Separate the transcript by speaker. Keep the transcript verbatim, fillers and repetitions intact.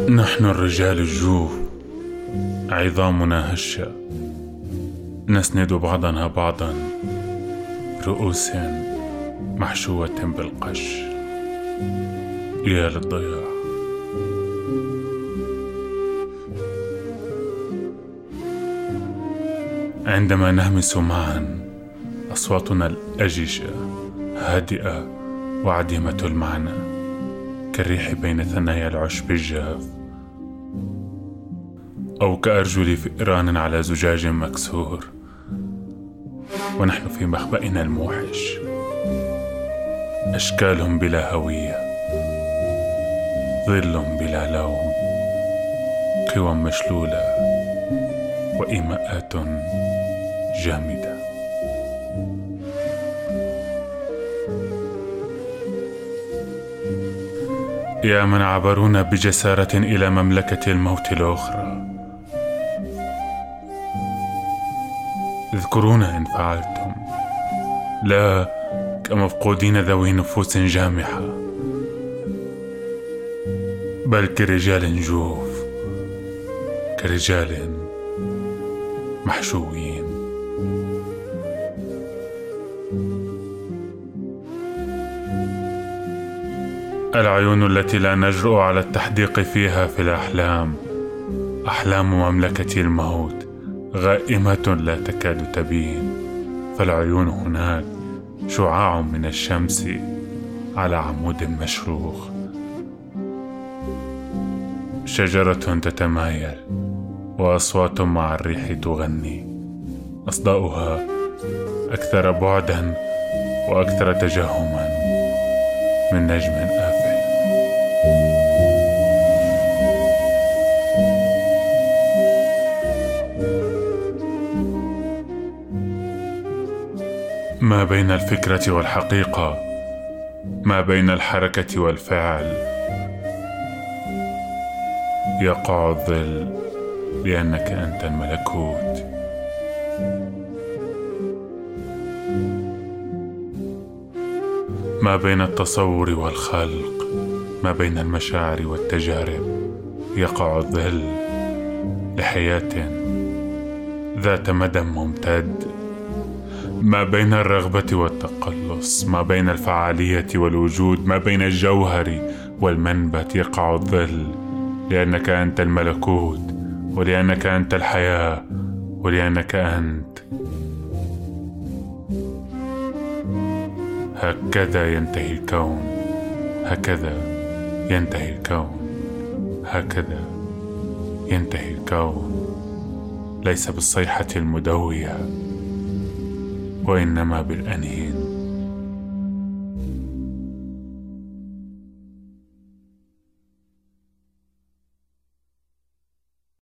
Speaker 1: نحن الرجال الجوف عظامنا هشة، نسند بعضنا بعضا، رؤوس محشوة بالقش. يا للضياع. عندما نهمس معا أصواتنا الأججة هادئة وعديمة المعنى، كالريح بين ثنايا العشب الجاف، أو كأرجل فئران على زجاج مكسور، ونحن في مخبئنا الموحش، أشكال بلا هوية، ظل بلا لوم، قوى مشلولة وإيماءات جامدة. يا من عبرونا بجسارة إلى مملكة الموت الأخرى، اذكرونا إن فعلتم، لا كمفقودين ذوي نفوس جامحة، بل كرجال جوف، كرجال محشوين. العيون التي لا نجرؤ على التحديق فيها في الأحلام، أحلام مملكة الموت غائمة لا تكاد تبين، فالعيون هناك شعاع من الشمس على عمود مشروخ، شجرة تتمايل وأصوات مع الريح تغني، أصداؤها أكثر بعدا وأكثر تجهما من نجم آفل. ما بين الفكرة والحقيقة، ما بين الحركة والفعل، يقع الظل لأنك أنت الملكوت. ما بين التصور والخلق، ما بين المشاعر والتجارب، يقع الظل لحياة ذات مدى ممتد. ما بين الرغبة والتقلص، ما بين الفعالية والوجود، ما بين الجوهر والمنبت، يقع الظل لأنك أنت الملكوت، ولأنك أنت الحياة، ولأنك أنت. هكذا ينتهي الكون، هكذا ينتهي الكون، هكذا ينتهي الكون، ليس بالصيحة المدوية وإنما بالأنين.